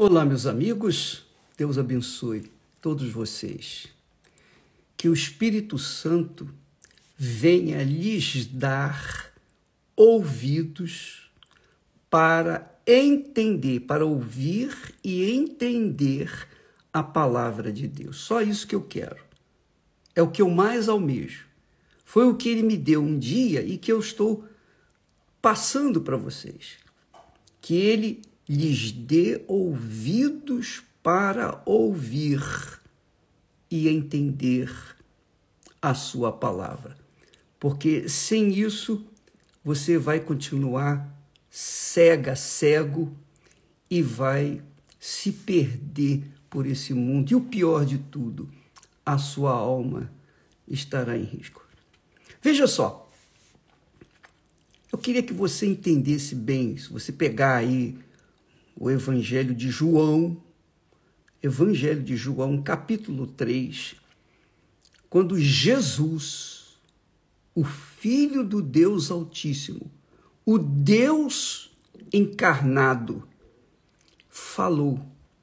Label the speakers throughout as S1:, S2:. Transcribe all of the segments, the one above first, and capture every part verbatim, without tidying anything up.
S1: Olá, meus amigos, Deus abençoe todos vocês. Que o Espírito Santo venha lhes dar ouvidos para entender, para ouvir e entender a palavra de Deus. Só isso que eu quero. É o que eu mais almejo. Foi o que ele me deu um dia e que eu estou passando para vocês. Que ele lhes dê ouvidos para ouvir e entender a sua palavra. Porque sem isso, você vai continuar cega, cego e vai se perder por esse mundo. E o pior de tudo, a sua alma estará em risco. Veja só, eu queria que você entendesse bem, se você pegar aí o Evangelho de João, Evangelho de João, capítulo três, quando Jesus, o Filho do Deus Altíssimo, o Deus encarnado, falou.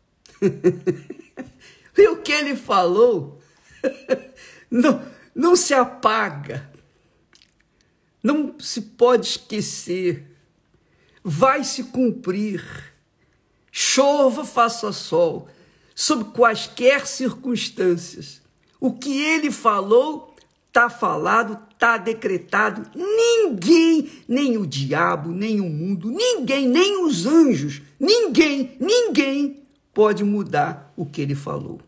S1: E o que ele falou não, não se apaga, não se pode esquecer, vai se cumprir. Chova, faça sol, sob quaisquer circunstâncias. O que ele falou, está falado, está decretado. Ninguém, nem o diabo, nem o mundo, ninguém, nem os anjos, ninguém, ninguém pode mudar o que ele falou.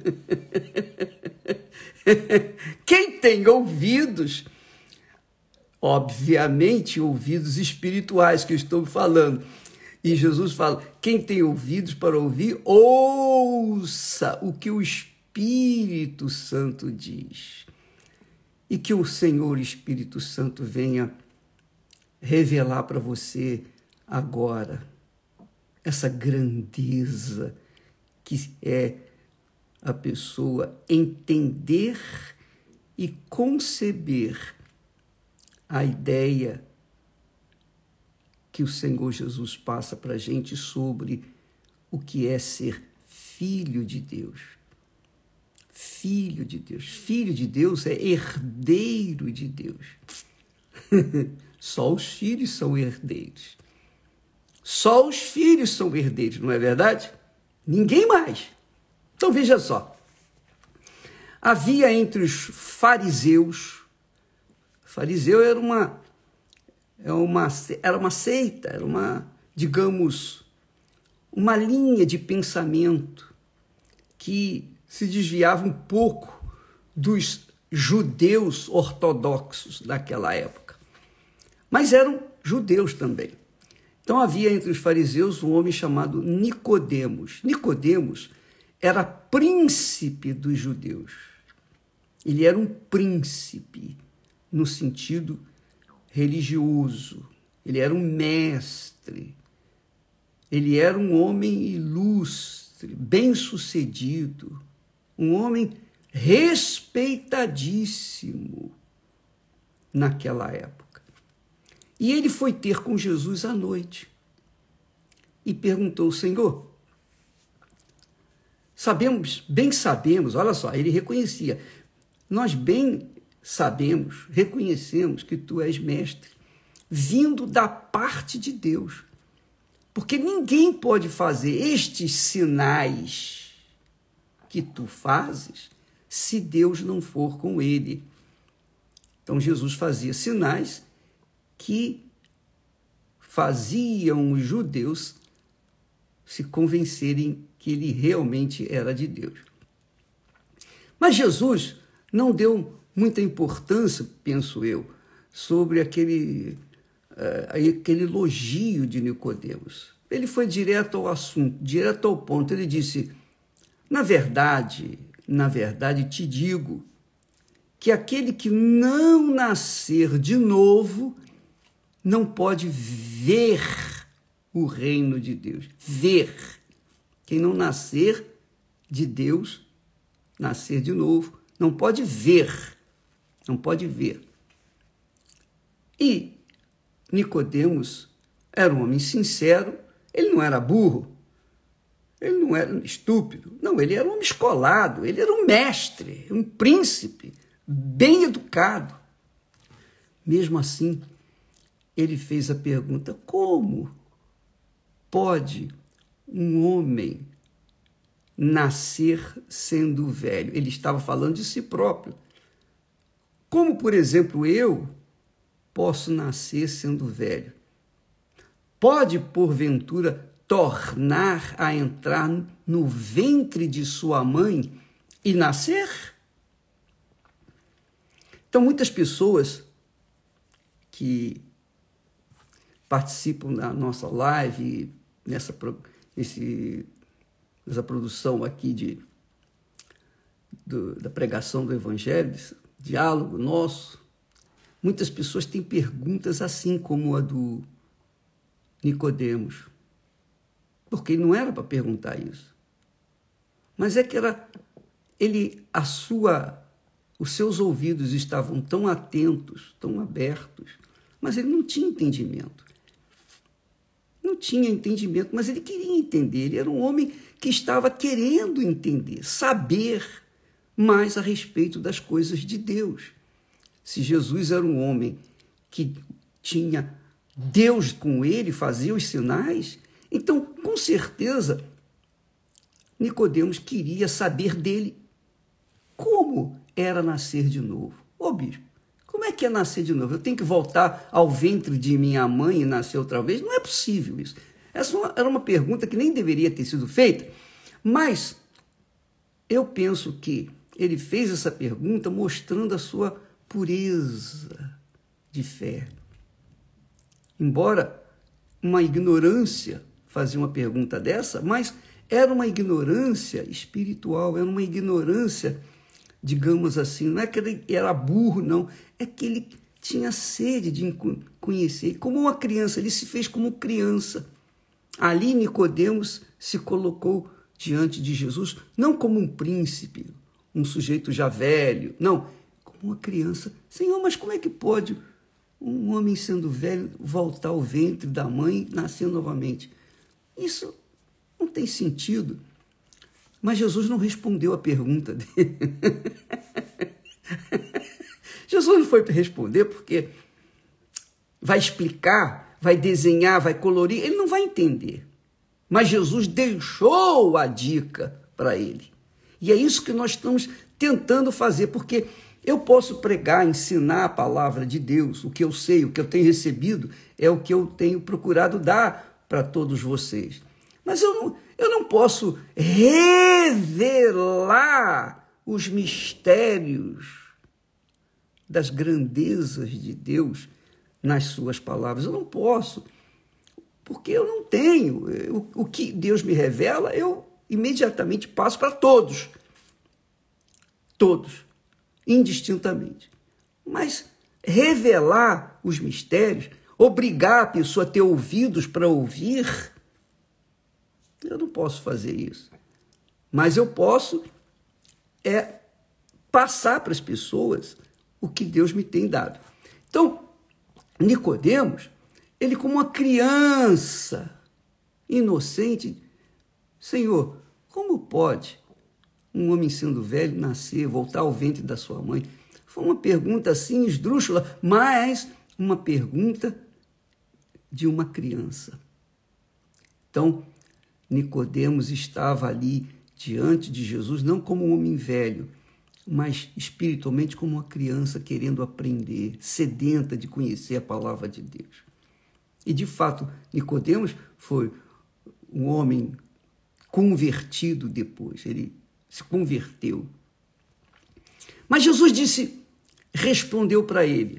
S1: Quem tem ouvidos, obviamente ouvidos espirituais que eu estou falando, e Jesus fala, quem tem ouvidos para ouvir, ouça o que o Espírito Santo diz. E que o Senhor Espírito Santo venha revelar para você agora essa grandeza que é a pessoa entender e conceber a ideia que o Senhor Jesus passa para a gente sobre o que é ser filho de Deus. Filho de Deus. Filho de Deus é herdeiro de Deus. Só os filhos são herdeiros. Só os filhos são herdeiros, não é verdade? Ninguém mais. Então veja só. Havia entre os fariseus, fariseu era uma É uma, era uma seita, era uma, digamos, uma linha de pensamento que se desviava um pouco dos judeus ortodoxos daquela época. Mas eram judeus também. Então havia entre os fariseus um homem chamado Nicodemos. Nicodemos era príncipe dos judeus. Ele era um príncipe no sentido religioso, ele era um mestre, ele era um homem ilustre, bem-sucedido, um homem respeitadíssimo naquela época. E ele foi ter com Jesus à noite e perguntou, Senhor, sabemos, bem sabemos, olha só, ele reconhecia, nós bem sabemos, reconhecemos que tu és mestre, vindo da parte de Deus. Porque ninguém pode fazer estes sinais que tu fazes se Deus não for com ele. Então Jesus fazia sinais que faziam os judeus se convencerem que ele realmente era de Deus. Mas Jesus não deu muita importância, penso eu, sobre aquele, uh, aquele elogio de Nicodemos. Ele foi direto ao assunto, direto ao ponto. Ele disse, na verdade, na verdade te digo que aquele que não nascer de novo não pode ver o reino de Deus. Ver. Quem não nascer de Deus, nascer de novo, não pode ver. Não pode ver. E Nicodemos era um homem sincero, ele não era burro. Ele não era estúpido, não, ele era um homem escolado, ele era um mestre, um príncipe, bem educado. Mesmo assim, ele fez a pergunta: como pode um homem nascer sendo velho? Ele estava falando de si próprio. Como, por exemplo, eu posso nascer sendo velho? Pode, porventura, tornar a entrar no ventre de sua mãe e nascer? Então, muitas pessoas que participam da nossa live, nessa, nesse, nessa produção aqui de, do, da pregação do Evangelho, desse diálogo nosso, muitas pessoas têm perguntas assim como a do Nicodemos. Porque não era para perguntar isso. Mas é que era, ele, a sua, os seus ouvidos estavam tão atentos, tão abertos, mas ele não tinha entendimento. Não tinha entendimento, mas ele queria entender. Ele era um homem que estava querendo entender, saber mais a respeito das coisas de Deus. Se Jesus era um homem que tinha Deus com ele, fazia os sinais, então, com certeza, Nicodemos queria saber dele como era nascer de novo. Ô, bispo, como é que é nascer de novo? Eu tenho que voltar ao ventre de minha mãe e nascer outra vez? Não é possível isso. Essa era uma pergunta que nem deveria ter sido feita, mas eu penso que ele fez essa pergunta mostrando a sua pureza de fé. Embora uma ignorância fazer uma pergunta dessa, mas era uma ignorância espiritual, era uma ignorância, digamos assim, não é que ele era burro, não, é que ele tinha sede de conhecer. Como uma criança, ele se fez como criança. Ali Nicodemos se colocou diante de Jesus, não como um príncipe, um sujeito já velho, não, como uma criança. Senhor, mas como é que pode um homem sendo velho voltar ao ventre da mãe e nascer novamente? Isso não tem sentido. Mas Jesus não respondeu a pergunta dele. Jesus não foi responder porque vai explicar, vai desenhar, vai colorir, ele não vai entender. Mas Jesus deixou a dica para ele. E é isso que nós estamos tentando fazer, porque eu posso pregar, ensinar a palavra de Deus, o que eu sei, o que eu tenho recebido, é o que eu tenho procurado dar para todos vocês. Mas eu não, eu não posso revelar os mistérios das grandezas de Deus nas suas palavras. Eu não posso, porque eu não tenho. O, o que Deus me revela, eu imediatamente passo para todos. Todos, indistintamente. Mas revelar os mistérios, obrigar a pessoa a ter ouvidos para ouvir, eu não posso fazer isso. Mas eu posso é passar para as pessoas o que Deus me tem dado. Então, Nicodemos, ele como uma criança inocente, Senhor, como pode um homem sendo velho nascer, voltar ao ventre da sua mãe? Foi uma pergunta assim esdrúxula, mas uma pergunta de uma criança. Então, Nicodemos estava ali diante de Jesus, não como um homem velho, mas espiritualmente como uma criança querendo aprender, sedenta de conhecer a palavra de Deus. E, de fato, Nicodemos foi um homem convertido depois, ele se converteu. Mas Jesus disse, respondeu para ele,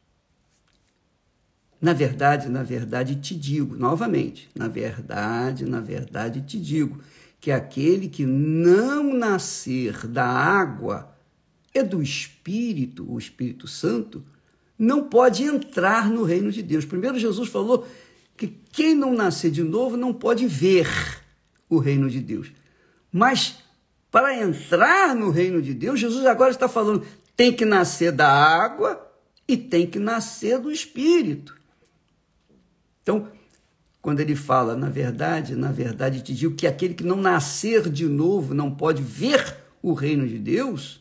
S1: na verdade, na verdade te digo, novamente, na verdade, na verdade te digo, que aquele que não nascer da água e do Espírito, o Espírito Santo, não pode entrar no reino de Deus. Primeiro Jesus falou que quem não nascer de novo não pode ver o reino de Deus. Mas para entrar no reino de Deus, Jesus agora está falando, tem que nascer da água e tem que nascer do Espírito. Então, quando ele fala, na verdade, na verdade te digo que aquele que não nascer de novo não pode ver o reino de Deus,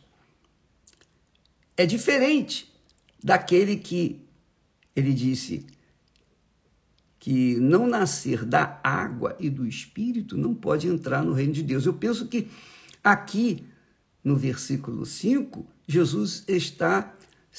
S1: é diferente daquele que, ele disse, que não nascer da água e do Espírito não pode entrar no reino de Deus. Eu penso que aqui, no versículo cinco, Jesus está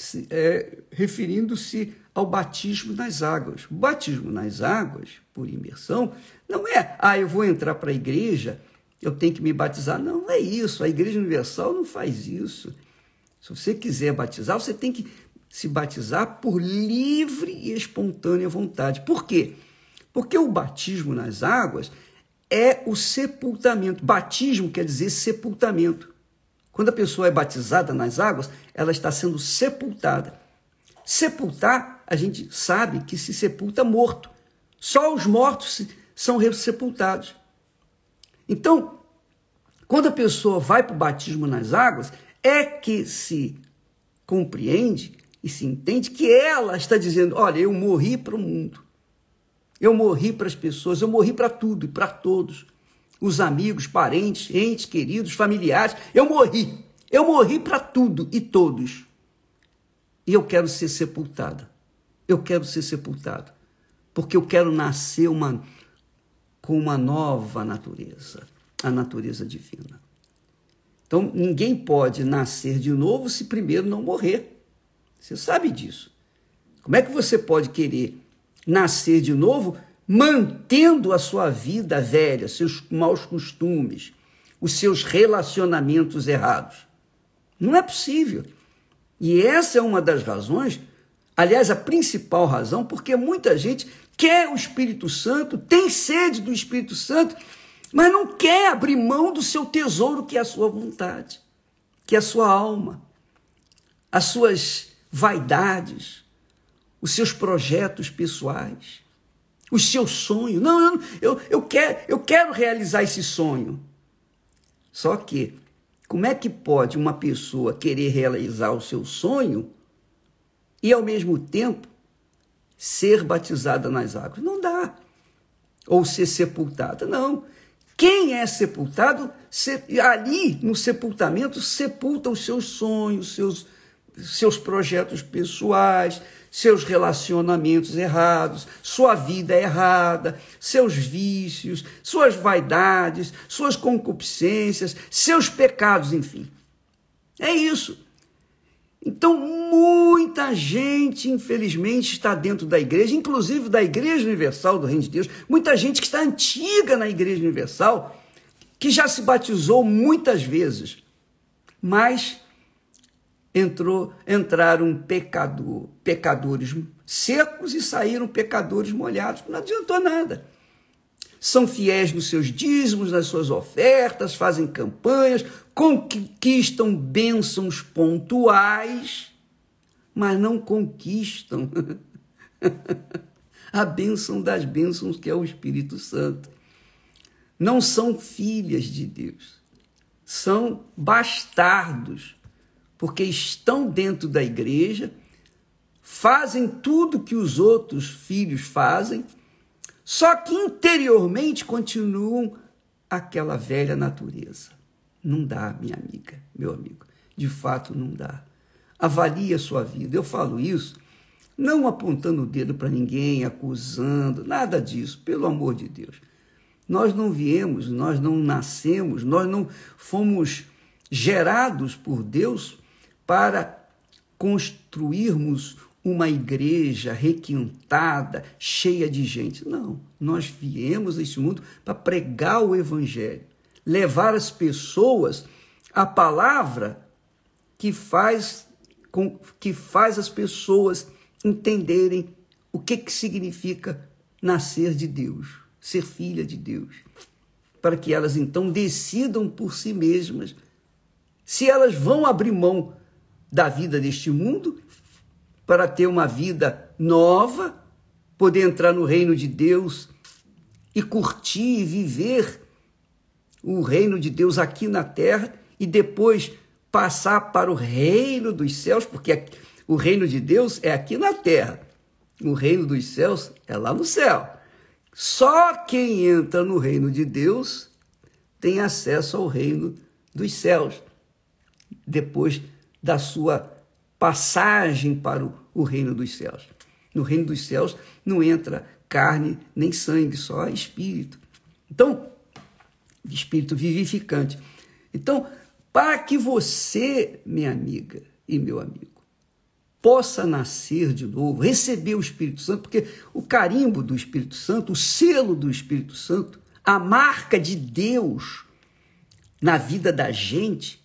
S1: é, referindo-se ao batismo nas águas. O batismo nas águas, por imersão, não é, ah, eu vou entrar para a igreja, eu tenho que me batizar. Não, não é isso. A Igreja Universal não faz isso. Se você quiser batizar, você tem que se batizar por livre e espontânea vontade. Por quê? Porque o batismo nas águas é o sepultamento. Batismo quer dizer sepultamento. Quando a pessoa é batizada nas águas, ela está sendo sepultada. Sepultar, a gente sabe que se sepulta morto. Só os mortos são sepultados. Então, quando a pessoa vai para o batismo nas águas, é que se compreende e se entende que ela está dizendo, olha, eu morri para o mundo, eu morri para as pessoas, eu morri para tudo e para todos, os amigos, parentes, entes, queridos, familiares, eu morri, eu morri para tudo e todos, e eu quero ser sepultada, eu quero ser sepultado, porque eu quero nascer uma, com uma nova natureza, a natureza divina. Então, ninguém pode nascer de novo se primeiro não morrer. Você sabe disso. Como é que você pode querer nascer de novo mantendo a sua vida velha, seus maus costumes, os seus relacionamentos errados? Não é possível. E essa é uma das razões, aliás, a principal razão, porque muita gente quer o Espírito Santo, tem sede do Espírito Santo, mas não quer abrir mão do seu tesouro, que é a sua vontade, que é a sua alma, as suas vaidades, os seus projetos pessoais, os seus sonhos. Não, eu, eu, quero, eu quero realizar esse sonho. Só que, como é que pode uma pessoa querer realizar o seu sonho e, ao mesmo tempo, ser batizada nas águas? Não dá. Ou ser sepultada? Não. Quem é sepultado, ali no sepultamento, sepulta os seus sonhos, seus, seus projetos pessoais, seus relacionamentos errados, sua vida errada, seus vícios, suas vaidades, suas concupiscências, seus pecados, enfim. É isso. Então, muita gente, infelizmente, está dentro da igreja, inclusive da Igreja Universal do Reino de Deus, muita gente que está antiga na Igreja Universal, que já se batizou muitas vezes, mas entrou, entraram pecador, pecadores secos e saíram pecadores molhados. Não adiantou nada. São fiéis nos seus dízimos, nas suas ofertas, fazem campanhas, conquistam bênçãos pontuais, mas não conquistam a bênção das bênçãos, que é o Espírito Santo. Não são filhas de Deus, são bastardos, porque estão dentro da igreja, fazem tudo que os outros filhos fazem, só que interiormente continuam aquela velha natureza. Não dá, minha amiga, meu amigo. De fato, não dá. Avalie a sua vida. Eu falo isso não apontando o dedo para ninguém, acusando, nada disso, pelo amor de Deus. Nós não viemos, nós não nascemos, nós não fomos gerados por Deus para construirmos uma igreja requintada, cheia de gente. Não, nós viemos a este mundo para pregar o evangelho, levar as pessoas a palavra que faz, com, que faz as pessoas entenderem o que, que significa nascer de Deus, ser filha de Deus, para que elas então decidam por si mesmas se elas vão abrir mão da vida deste mundo para ter uma vida nova, poder entrar no reino de Deus e curtir e viver o reino de Deus aqui na terra e depois passar para o reino dos céus, porque o reino de Deus é aqui na terra, o reino dos céus é lá no céu. Só quem entra no reino de Deus tem acesso ao reino dos céus, depois da sua passagem para o, o reino dos céus. No reino dos céus não entra carne nem sangue, só espírito. Então, espírito vivificante. Então, para que você, minha amiga e meu amigo, possa nascer de novo, receber o Espírito Santo, porque o carimbo do Espírito Santo, o selo do Espírito Santo, a marca de Deus na vida da gente,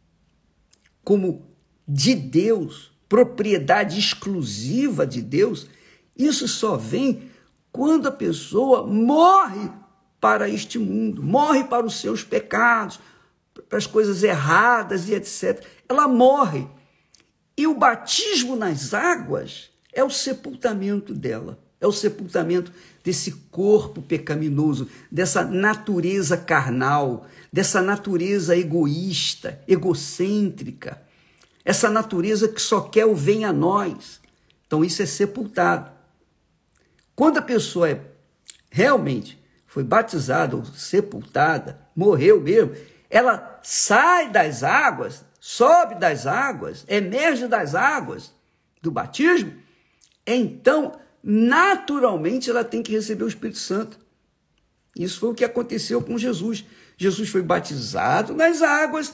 S1: como de Deus, propriedade exclusiva de Deus, isso só vem quando a pessoa morre para este mundo, morre para os seus pecados, para as coisas erradas e etcétera. Ela morre. E o batismo nas águas é o sepultamento dela, é o sepultamento desse corpo pecaminoso, dessa natureza carnal, dessa natureza egoísta, egocêntrica, essa natureza que só quer o bem a nós. Então isso é sepultado. Quando a pessoa é, realmente foi batizada ou sepultada, morreu mesmo, ela sai das águas, sobe das águas, emerge das águas do batismo, então, naturalmente, ela tem que receber o Espírito Santo. Isso foi o que aconteceu com Jesus. Jesus foi batizado nas águas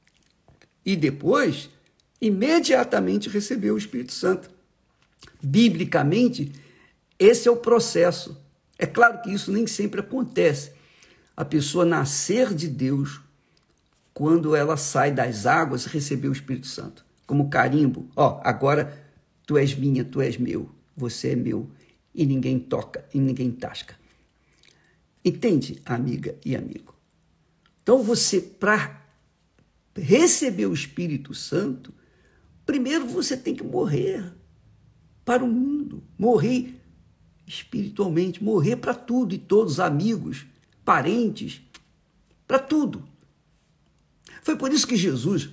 S1: e depois, imediatamente, recebeu o Espírito Santo. Biblicamente, esse é o processo. É claro que isso nem sempre acontece. A pessoa nascer de Deus quando ela sai das águas e receber o Espírito Santo. Como carimbo. Ó, agora tu és minha, tu és meu. Você é meu. E ninguém toca, e ninguém tasca. Entende, amiga e amigo? Então você, para receber o Espírito Santo, primeiro você tem que morrer para o mundo. Morrer espiritualmente, morrer para tudo e todos, amigos, parentes, para tudo. Foi por isso que Jesus,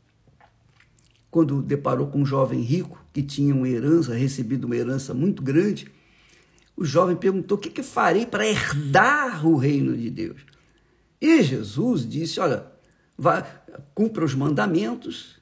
S1: quando deparou com um jovem rico que tinha uma herança, recebido uma herança muito grande, o jovem perguntou: o que, que farei para herdar o reino de Deus? E Jesus disse: olha, vá, cumpra os mandamentos.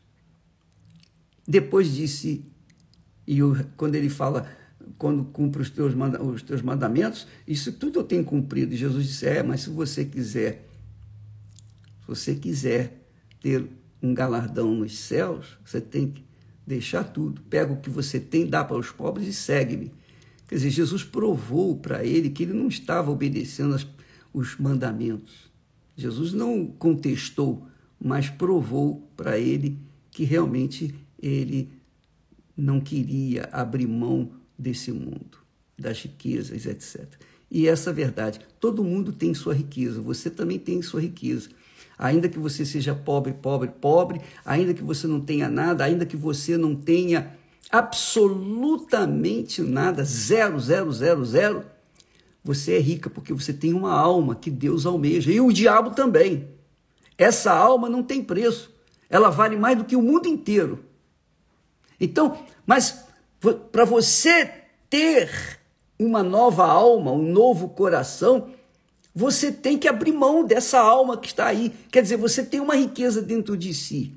S1: Depois disse, e eu, quando ele fala, quando cumpre os teus, os teus mandamentos, isso tudo eu tenho cumprido. E Jesus disse: é, mas se você quiser, se você quiser ter um galardão nos céus, você tem que deixar tudo. Pega o que você tem, dá para os pobres e segue-me. Quer dizer, Jesus provou para ele que ele não estava obedecendo as, os mandamentos. Jesus não contestou, mas provou para ele que realmente ele não queria abrir mão desse mundo, das riquezas, etcétera. E essa é a verdade. Todo mundo tem sua riqueza, você também tem sua riqueza. Ainda que você seja pobre, pobre, pobre, ainda que você não tenha nada, ainda que você não tenha absolutamente nada, zero, zero, zero, zero, você é rica porque você tem uma alma que Deus almeja, e o diabo também. Essa alma não tem preço, ela vale mais do que o mundo inteiro. Então, mas para você ter uma nova alma, um novo coração, você tem que abrir mão dessa alma que está aí. Quer dizer, você tem uma riqueza dentro de si.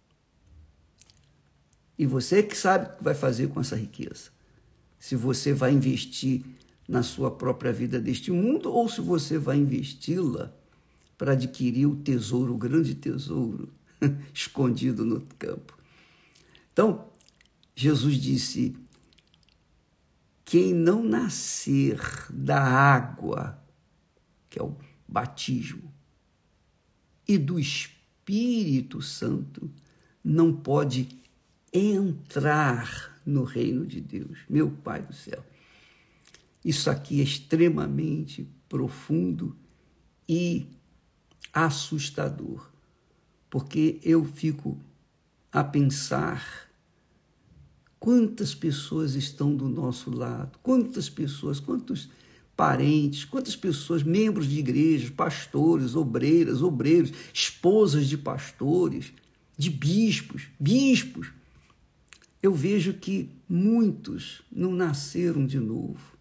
S1: E você que sabe o que vai fazer com essa riqueza. Se você vai investir na sua própria vida deste mundo ou se você vai investi-la para adquirir o tesouro, o grande tesouro escondido no campo. Então, Jesus disse: quem não nascer da água, que é o batismo, e do Espírito Santo, não pode entrar no reino de Deus. Meu Pai do céu, isso aqui é extremamente profundo e assustador, porque eu fico a pensar quantas pessoas estão do nosso lado, quantas pessoas, quantos parentes, quantas pessoas, membros de igrejas, pastores, obreiras, obreiros, esposas de pastores, de bispos, bispos. Eu vejo que muitos não nasceram de novo.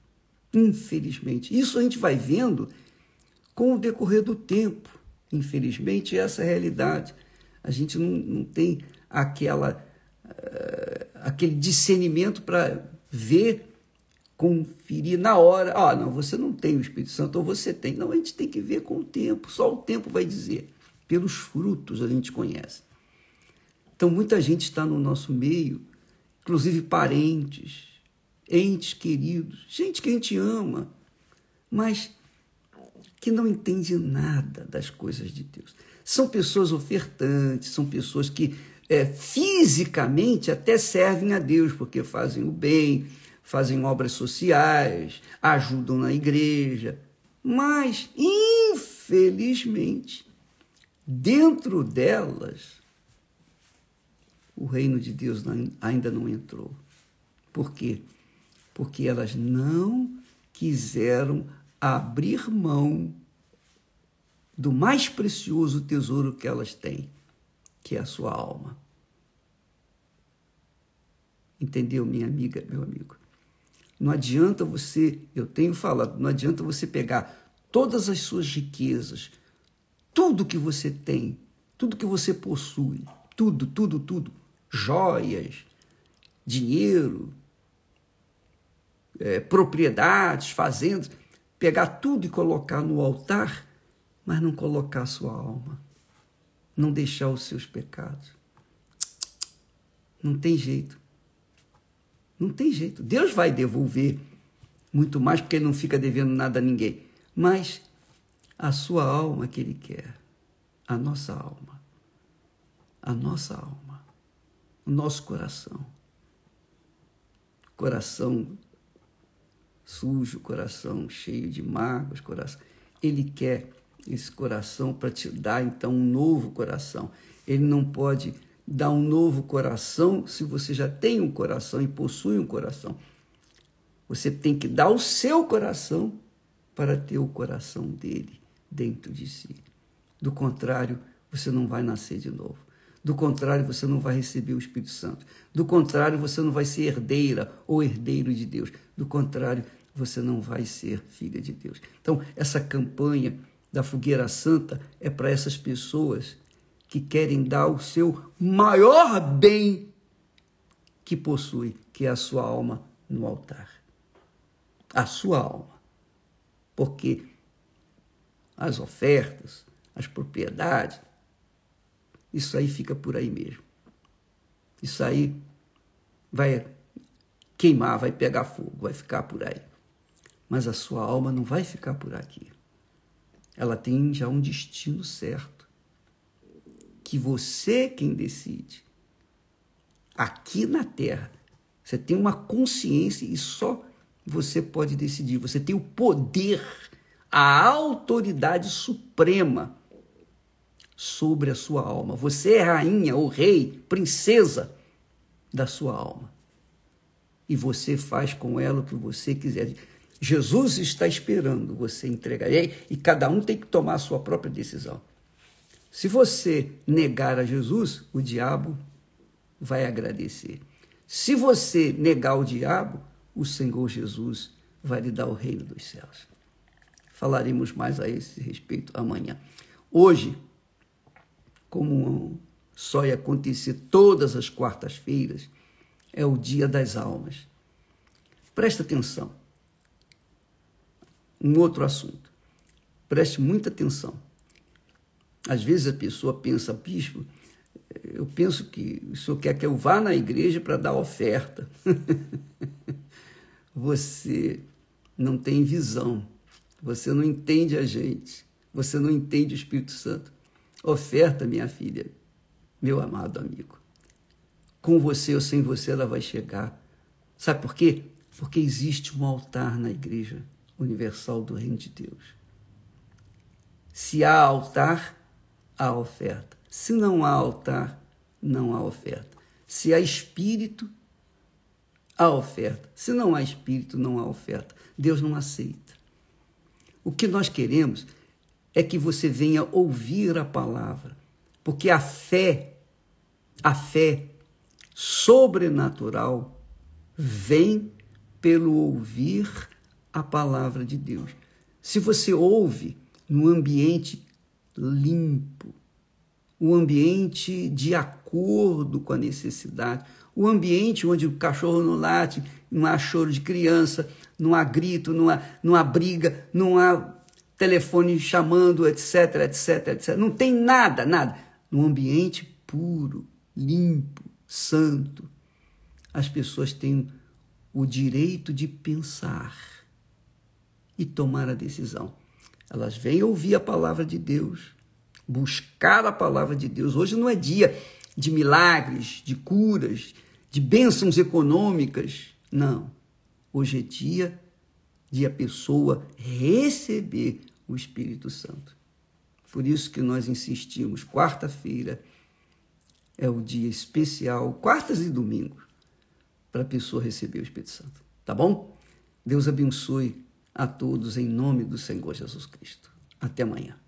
S1: Infelizmente. Isso a gente vai vendo com o decorrer do tempo. Infelizmente, essa é a realidade. A gente não, não tem aquela, uh, aquele discernimento para ver, conferir na hora. Ah, não, você não tem o Espírito Santo, ou você tem. Não, a gente tem que ver com o tempo. Só o tempo vai dizer. Pelos frutos a gente conhece. Então, muita gente está no nosso meio, inclusive parentes, entes queridos, gente que a gente ama, mas que não entende nada das coisas de Deus. São pessoas ofertantes, são pessoas que é, fisicamente até servem a Deus, porque fazem o bem, fazem obras sociais, ajudam na igreja, mas, infelizmente, dentro delas, o reino de Deus ainda não entrou. Por quê? Porque elas não quiseram abrir mão do mais precioso tesouro que elas têm, que é a sua alma. Entendeu, minha amiga, meu amigo? Não adianta você, eu tenho falado, não adianta você pegar todas as suas riquezas, tudo que você tem, tudo que você possui, tudo, tudo, tudo, joias, dinheiro, é, propriedades, fazendas, pegar tudo e colocar no altar, mas não colocar a sua alma, não deixar os seus pecados. Não tem jeito. Não tem jeito. Deus vai devolver muito mais, porque ele não fica devendo nada a ninguém. Mas a sua alma que ele quer, a nossa alma, a nossa alma, o nosso coração. Coração sujo, coração cheio de mágoas, coração. Ele quer esse coração para te dar, então, um novo coração. Ele não pode dar um novo coração se você já tem um coração e possui um coração. Você tem que dar o seu coração para ter o coração dele dentro de si. Do contrário, você não vai nascer de novo. Do contrário, você não vai receber o Espírito Santo. Do contrário, você não vai ser herdeira ou herdeiro de Deus. Do contrário, você não vai ser filha de Deus. Então, essa campanha da Fogueira Santa é para essas pessoas que querem dar o seu maior bem que possui, que é a sua alma no altar. A sua alma. Porque as ofertas, as propriedades, isso aí fica por aí mesmo. Isso aí vai queimar, vai pegar fogo, vai ficar por aí. Mas a sua alma não vai ficar por aqui. Ela tem já um destino certo, que você é quem decide. Aqui na Terra, você tem uma consciência e só você pode decidir. Você tem o poder, a autoridade suprema sobre a sua alma. Você é rainha, ou rei, princesa da sua alma. E você faz com ela o que você quiser. Jesus está esperando você entregar. E cada um tem que tomar a sua própria decisão. Se você negar a Jesus, o diabo vai agradecer. Se você negar o diabo, o Senhor Jesus vai lhe dar o reino dos céus. Falaremos mais a esse respeito amanhã. Hoje, como só ia acontecer todas as quartas-feiras, é o dia das almas. Presta atenção. Um outro assunto. Preste muita atenção. Às vezes a pessoa pensa, bispo, eu penso que o senhor quer que eu vá na igreja para dar oferta. Você não tem visão. Você não entende a gente. Você não entende o Espírito Santo. Oferta, minha filha, meu amado amigo. Com você ou sem você ela vai chegar. Sabe por quê? Porque existe um altar na Igreja Universal do Reino de Deus. Se há altar, há oferta. Se não há altar, não há oferta. Se há espírito, há oferta. Se não há espírito, não há oferta. Deus não aceita. O que nós queremos é que você venha ouvir a palavra, porque a fé, a fé sobrenatural vem pelo ouvir a palavra de Deus. Se você ouve num ambiente limpo, um ambiente de acordo com a necessidade, o ambiente onde o cachorro não late, não há choro de criança, não há grito, não há, não há briga, não há telefone chamando, etc, etc, etcétera. Não tem nada, nada. Num ambiente puro, limpo, santo, as pessoas têm o direito de pensar e tomar a decisão. Elas vêm ouvir a palavra de Deus, buscar a palavra de Deus. Hoje não é dia de milagres, de curas, de bênçãos econômicas. Não. Hoje é dia de a pessoa receber o Espírito Santo. Por isso que nós insistimos, quarta-feira é o dia especial, quartas e domingos, para a pessoa receber o Espírito Santo. Tá bom? Deus abençoe a todos em nome do Senhor Jesus Cristo. Até amanhã.